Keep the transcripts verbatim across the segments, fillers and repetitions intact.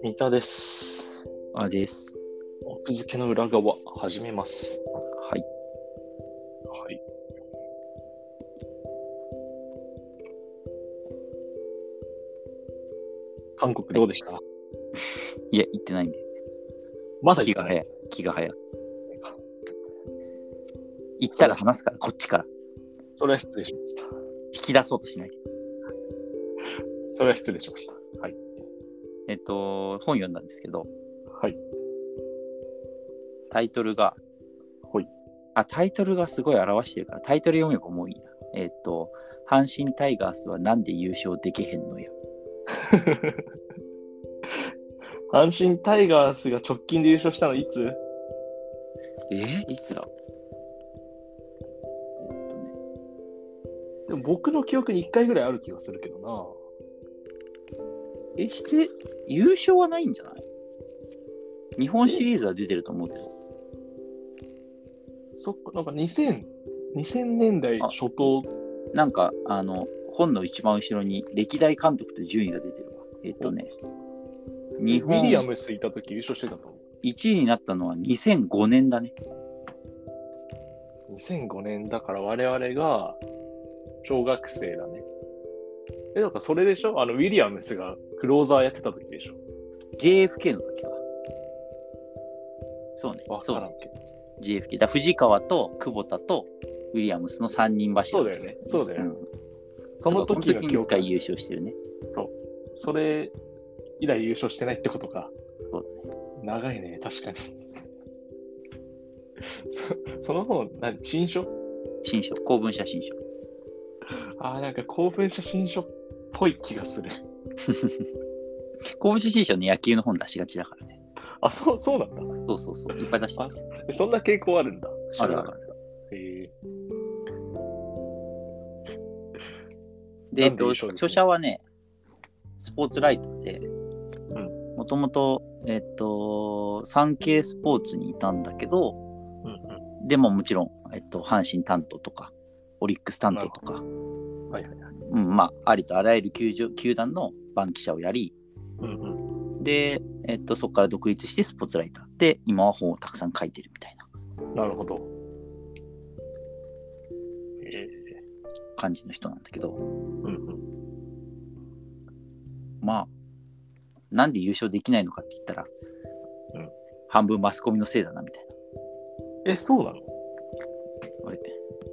三田です。 あです。 奥付けの裏側始めます。 はい。 はい。韓国どうでした？はい、 いや、行ってないんで。 まだ行ってない。 気が早い。気が早い。行ったら話すから、こっちから。 それは失礼しました。 引き出そうとしないで。 それは失礼しました。はい。 えっと、本読んだんですけど、 はい。 タイトルが、 はい。 あ、タイトルがすごい表してるから、タイトル読めばもういいな。えっと、阪神タイガースはなんで優勝できへんのや。 阪神タイガースが直近で優勝したのいつ？ えー、いつだえっとね。 でも僕の記憶にいっかいぐらいある気がするけどな。 え、して、優勝はないんじゃない？日本シリーズは出てると思うけど。 そっか、なんかにせん、にせんねんだい初頭。 なんか、あの、本の一番後ろに歴代監督と順位が出てるわ。えっとね、日本ウィリアムスいたとき優勝してたと思う。 いちいになったのはにせんごねんだね。 にせんごねんだから我々が小学生だね。え、なんかそれでしょ？あの、ウィリアムスがクローザーやってた時でしょ？ ジェイエフケー の時は。そうね。 わからんけど。 ジェイエフケー。だ藤川と久保田とウィリアムスのさんにん柱。 そうだよね。そうだよね。うん、 その時の記憶。 にいっかい優勝してるね。 そう。それ以来優勝してないってことか。 そうだね。 長いね、確かに。そ, その本、何？新書？ 新書。公文写真書。 ああ、なんか公文写真書っぽい気がする。 公文写真書ね、野球の本出しがちだからね。 あ、そう、そうなんだ。 そうそうそう。いっぱい出してる。そんな傾向あるんだ。 あるあるある。 へえ。 で、えっと、著者はね、スポーツライターで、もともと、えっと、産経スポーツにいたんだけど、うんうん、でももちろん、えっと、阪神担当とか、オリックス担当とか、はいはいはい、うん、まあ、ありとあらゆる球場球団の番記者をやり、うんうん、で、えっと、そこから独立してスポーツライターで、今は本をたくさん書いてるみたいな。 なるほど。 えー、感じの人なんだけど、うんうん、まあ、なんで優勝できないのかって言ったら、うん、半分マスコミのせいだなみたいな。え、そうなの？ あれ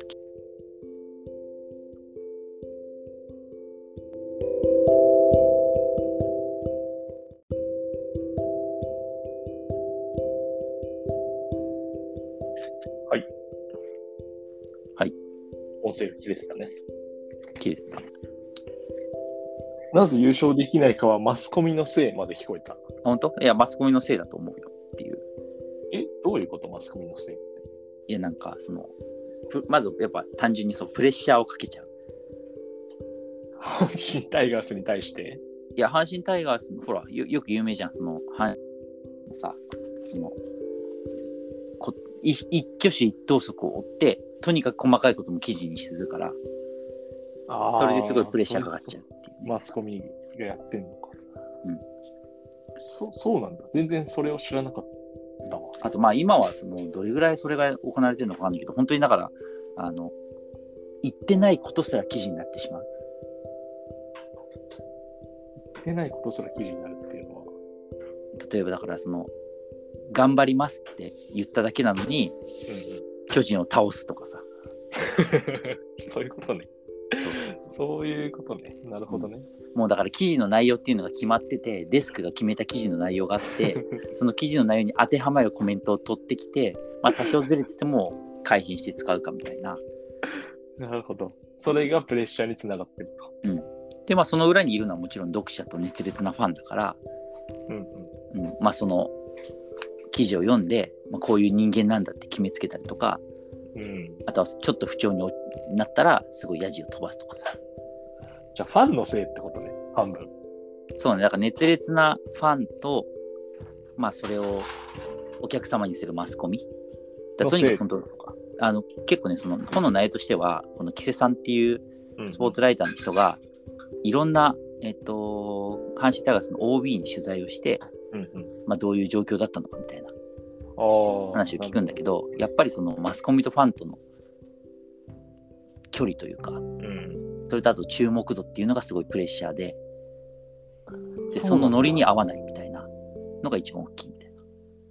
はい。 はい。 音声が切れてたね。 切れてた。 なぜ優勝できないかはマスコミのせいまで聞こえた。 本当？いや、マスコミのせいだと思うよっていう。 え、どういうこと？マスコミのせいって。 いや、なんか、その、まずやっぱ単純にそうプレッシャーをかけちゃう。 阪神タイガースに対して？ いや、阪神タイガースの、ほら、よ, よく有名じゃん、その、はさ、その、こ一挙手一投足を追って、とにかく細かいことも記事にするから、あそれですごいプレッシャーかかっちゃうっていう、 ね、マスコミがやってんのか。 うん。 そ, そうなんだ。全然それを知らなかったわ。 あと、まあ今はそのどれぐらいそれが行われてるのかわかんないけど、本当にだから、あの、言ってないことすら記事になってしまう。 言ってないことすら記事になるっていうのは。 例えばだからその、頑張りますって言っただけなのに、うんうん、巨人を倒すとかさ。 そういうことね。そうそうそう。そういうことね。なるほどね。 うん、もうだから記事の内容っていうのが決まってて、デスクが決めた記事の内容があって、その記事の内容に当てはまるコメントを取ってきて、まあ多少ずれてても改変して使うかみたいな。 なるほど。それがプレッシャーにつながってると。 うん。で、まあその裏にいるのはもちろん読者と熱烈なファンだから、うんうんうん、まあその記事を読んで、まあ、こういう人間なんだって決めつけたりとか、うん、あとはちょっと不調になったらすごいヤジを飛ばすとかさ。 じゃあファンのせいってことね、半分。 そうね、だから熱烈なファンと、まあそれをお客様にするマスコミ。だとにかく本当あの結構ね、その本の内容としては、この木瀬さんっていうスポーツライターの人が、いろんな、えっと、阪神タイガースの オービー に取材をして、 うんうん、 まあ、どういう状況だったのかみたいなあ話を聞くんだけど、やっぱりそのマスコミとファンとの距離というか、うん、それとあと注目度っていうのがすごいプレッシャーで、でそのノリに合わないみたいなのが一番大きいみたいな。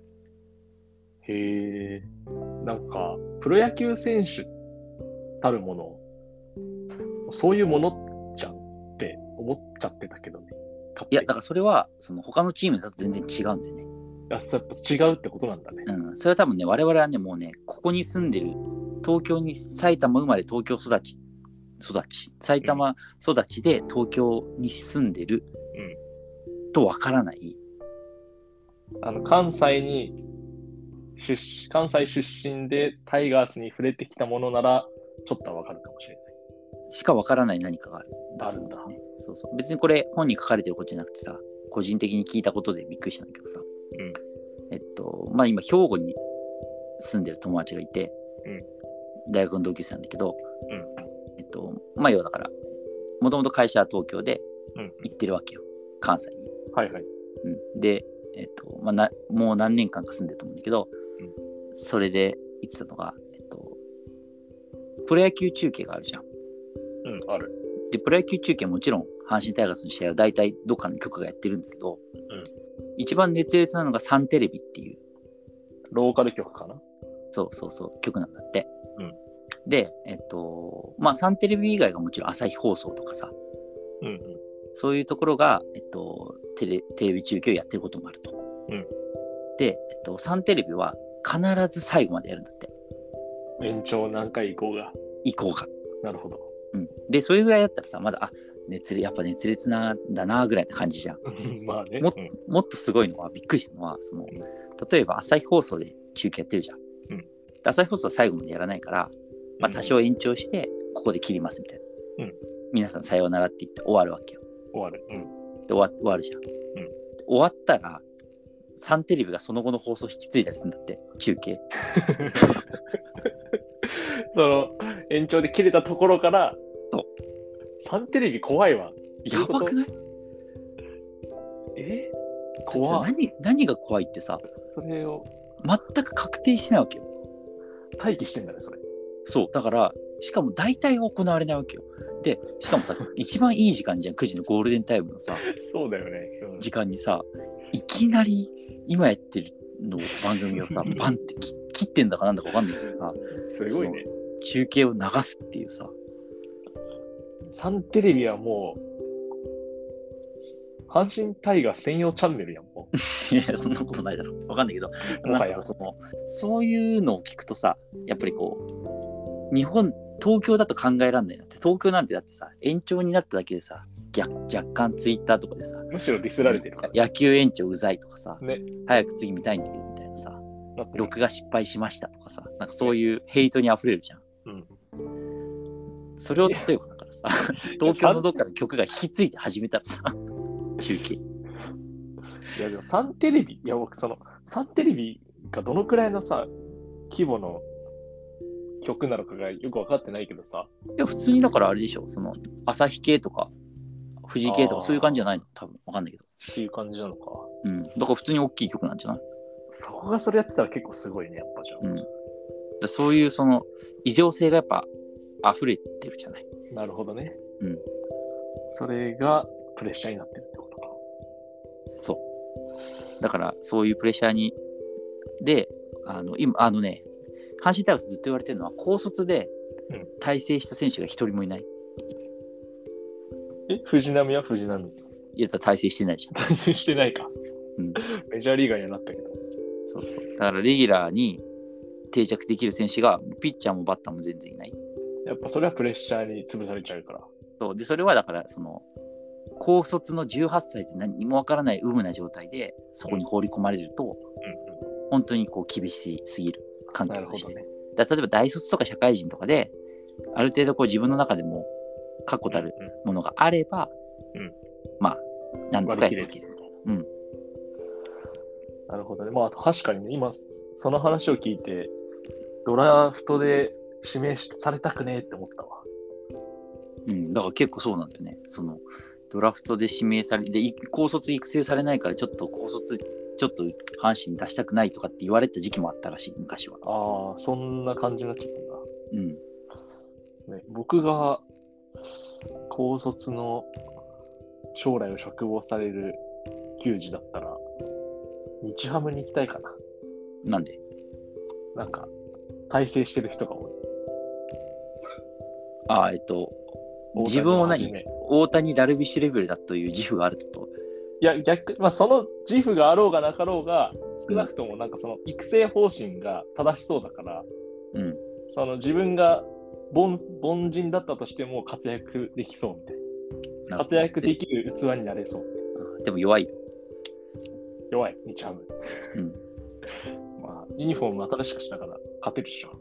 へえ、なんかプロ野球選手たるもの、そういうものじゃんって思っちゃってたけどね。 いやだからそれはその他のチームだと全然違うんだよね。 やっぱ違うってことなんだね。 うん、それは多分ね、我々はね、もうね、ここに住んでる、東京に、埼玉生まれ東京育ち、育ち、埼玉育ちで東京に住んでる、うん、とわからない。 あの、関西に出、関西出身でタイガースに触れてきたものなら、ちょっとはわかるかもしれない。 しかわからない何かがある。 あるんだ。 そうそう。別にこれ本に書かれてることじゃなくてさ、個人的に聞いたことでびっくりしたんだけどさ、うん、えっと、まあ今、兵庫に住んでる友達がいて、うん、大学の同級生なんだけど、うん、えっと、まあ要はだから、もともと会社は東京で行ってるわけよ、関西に。 はいはい。 うん、で、えっと、まあな、もう何年間か住んでると思うんだけど、うん、それで言ってたのが、えっと、プロ野球中継があるじゃん。 うん、ある。 で、プロ野球中継はもちろん、阪神タイガースの試合は大体どっかの局がやってるんだけど、うん、一番熱烈なのがサンテレビっていう。 ローカル局かな？ そうそうそう、局なんだって。うん、で、えっと、まあ、サンテレビ以外がもちろん朝日放送とかさ、うんうん、そういうところが、えっと、テレ、テレビ中継をやってることもあると。うん、で、えっと、サンテレビは必ず最後までやるんだって。 延長何回以降が。 以降が。 なるほど。 うん、で、それぐらいだったらさ、まだ、あ、熱烈、やっぱ熱烈なんだなぐらいな感じじゃん。 まあね、 も、うん、もっとすごいのは、びっくりしたのは、その、例えば朝日放送で中継やってるじゃん。うん、朝日放送は最後までやらないから、まあ、多少延長して、ここで切りますみたいな。うん、皆さんさようならって言って終わるわけよ。 終わる。うん、 で終わ、終わるじゃん。うん、終わったら、サンテレビがその後の放送引き継いだりするんだって、中継。 その延長で切れたところから、 そう。 サンテレビ怖いわ。 やばくない？ え？怖い。何、何が怖いってさ、 それを全く確定しないわけよ。 待機してんだね、それ。 そう。だから、しかも大体行われないわけよ。で、しかもさ、一番いい時間じゃん、くじのゴールデンタイムのさ、 そうだよね。 うん、時間にさ、いきなり今やってるの番組をさ、バンって切ってんだかなんだか分かんないけどさ、 すごいね。 中継を流すっていうさ。 サンテレビはもう、阪神タイガー専用チャンネルやん、もう。いや、そんなことないだろ。分かんないけど、なんかさ、その、そういうのを聞くとさ、やっぱりこう、日本、東京だと考えらんないなって、東京なんてだってさ、延長になっただけでさ、逆若干ツイッターとかでさ、 むしろディスられてるから、 ね、野球延長うざいとかさ、 ね、 早く次見たいんだけどみたいなさ、録画失敗しましたとかさ、なんかそういうヘイトに溢れるじゃん。うん、それを例えばだからさ、東京のどっかの曲が引き継いで始めたらさ、中継。 いやでもサンテレビ、いや僕そのサンテレビがどのくらいのさ規模の曲なのかがよく分かってないけどさ。 いや普通にだからあれでしょ、その朝日系とか富士系とかそういう感じじゃないの？多分分かんないけど。 そういう感じなのか。 うん。だから普通に大きい曲なんじゃない？ そこがそれやってたら結構すごいね、やっぱじゃあ。 うん。だそういうその異常性がやっぱ溢れてるじゃない。 なるほどね。 うん。 それがプレッシャーになってるってことか。 そう。だからそういうプレッシャーにで、あの今あのね、阪神タイガースずっと言われてるのは高卒で大成した選手が一人もいない。 うん、え、藤浪は藤浪。 いや、大成してないじゃん。 大成してないか。 うん。 メジャーリーガーにはなったけど。 そうそう。だからレギュラーに定着できる選手がピッチャーもバッターも全然いない。 やっぱそれはプレッシャーに潰されちゃうから。 そうで、それはだからその高卒のじゅうはっさいで何もわからない有無な状態でそこに放り込まれると、うんうん、本当にこう厳しすぎる環境として。なるほどね。だ例えば大卒とか社会人とかである程度こう自分の中でも確固たるものがあれば、うんうん、まあなんとかやっていけるみたいな。うん。 なるほどね。まあ確かにね、今その話を聞いてドラフトで指名されたくねえって思ったわ。 うん、だから結構そうなんだよね。そのドラフトで指名され、で、高卒育成されないから、ちょっと高卒、ちょっと阪神に出したくないとかって言われた時期もあったらしい、昔は。 ああ、そんな感じになっちゃったんだ。 うん。 ね、僕が高卒の将来を嘱望される球児だったら、日ハムに行きたいかな。 なんで？ なんか、大成してる人が多い。 ああ、えっと、自分を何大谷、ダルビッシュレベルだという自負があるってこと？ いや、逆、まあ、その自負があろうがなかろうが、少なくともなんかその育成方針が正しそうだから、 うん、 その自分が凡、凡人だったとしても活躍できそうみたいな。活躍できる器になれそう。 でも弱いよ。 弱い、日ハム。 うん。 まあ、ユニフォーム新しくしたから勝てるっしょ。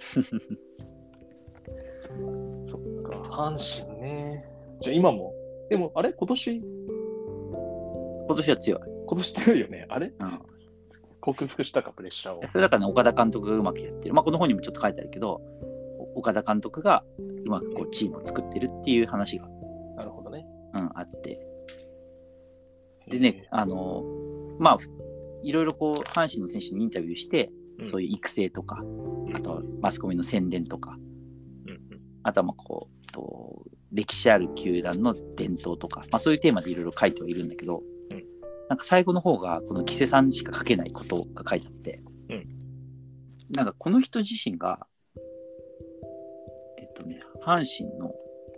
そっか、阪神ね。じゃあ今も、でもあれ今年今年は強い。 今年強いよね。あれ、 うん、 克服したか、プレッシャーを。 それだからね、岡田監督がうまくやってる。まあ、この本にもちょっと書いてあるけど、岡田監督がうまくこうチームを作ってるっていう話が、 なるほどね。 うん、あって。でね、あの、まあ、いろいろこう、阪神の選手にインタビューして、うん、そういう育成とか、あとマスコミの宣伝とか、うんうん、あとはまあこうと、歴史ある球団の伝統とか、まあ、そういうテーマでいろいろ書いてはいるんだけど、うん、なんか最後の方が、この木瀬さんしか書けないことが書いてあって、うん、なんかこの人自身が、えっとね、阪神の、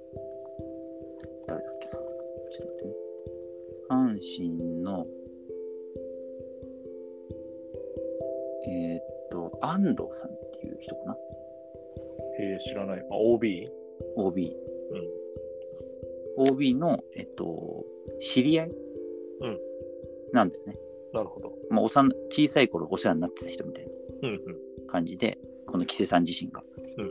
誰だっけな、ちょっと待ってね、阪神の、えー、っと、安藤さんっていう人かな。 へえ、知らない。あ、オービー？ オービー。うん。オービー の、えっと、知り合い、うん、なんだよね。 なるほど。 まあ、おさん小さい頃お世話になってた人みたいな感じで、うんうん、この木瀬さん自身が。うん、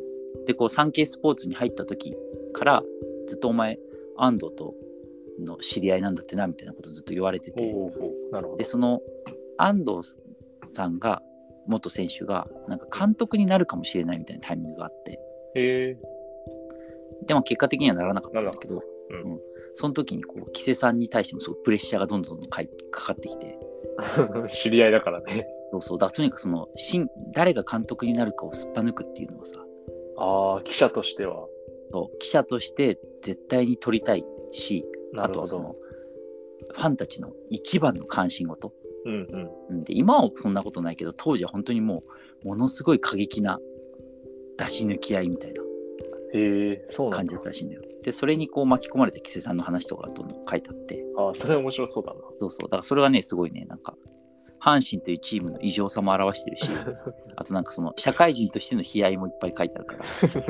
で、こう、サンケイスポーツに入った時から、ずっとお前、安藤との知り合いなんだってな、みたいなことをずっと言われてて。 おーおー、なるほど。 で、その、安藤さんが、元選手がなんか監督になるかもしれないみたいなタイミングがあって、 へでも結果的にはならなかったんだけど、うんうん、その時にこう木瀬さんに対してもすごいプレッシャーがどんどんどんかかってきて知り合いだからね。 そうそう、だからとにかくその誰が監督になるかをすっぱ抜くっていうのはさ、 ああ、記者としてはそう記者として絶対に取りたいし、あとはそのファンたちの一番の関心事、うんうん、で今はそんなことないけど、当時は本当にもうものすごい過激な出し抜き合いみたいな感じだったらしいんだよ。でそれにこう巻き込まれた木瀬さんの話とかがどんどん書いてあって、 ああ、それ面白そうだな。 そうそう、だからそれはねすごいね、なんか阪神というチームの異常さも表してるしあとなんかその社会人としての悲哀もいっぱい書いてあるから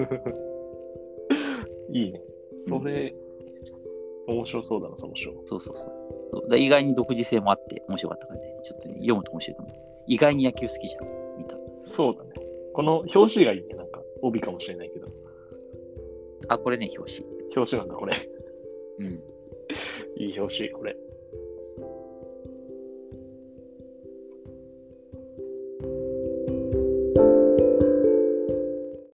いいね、それ、うん、面白そうだな、その章。 そうそうそう、意外に独自性もあって面白かったからね、ちょっとね読むと面白いと思う。意外に野球好きじゃん、見た。 そうだね、この表紙がいいね、なんか帯かもしれないけど。 あ、これね、表紙。 表紙なんだ、これ。 うん。 いい表紙、これ。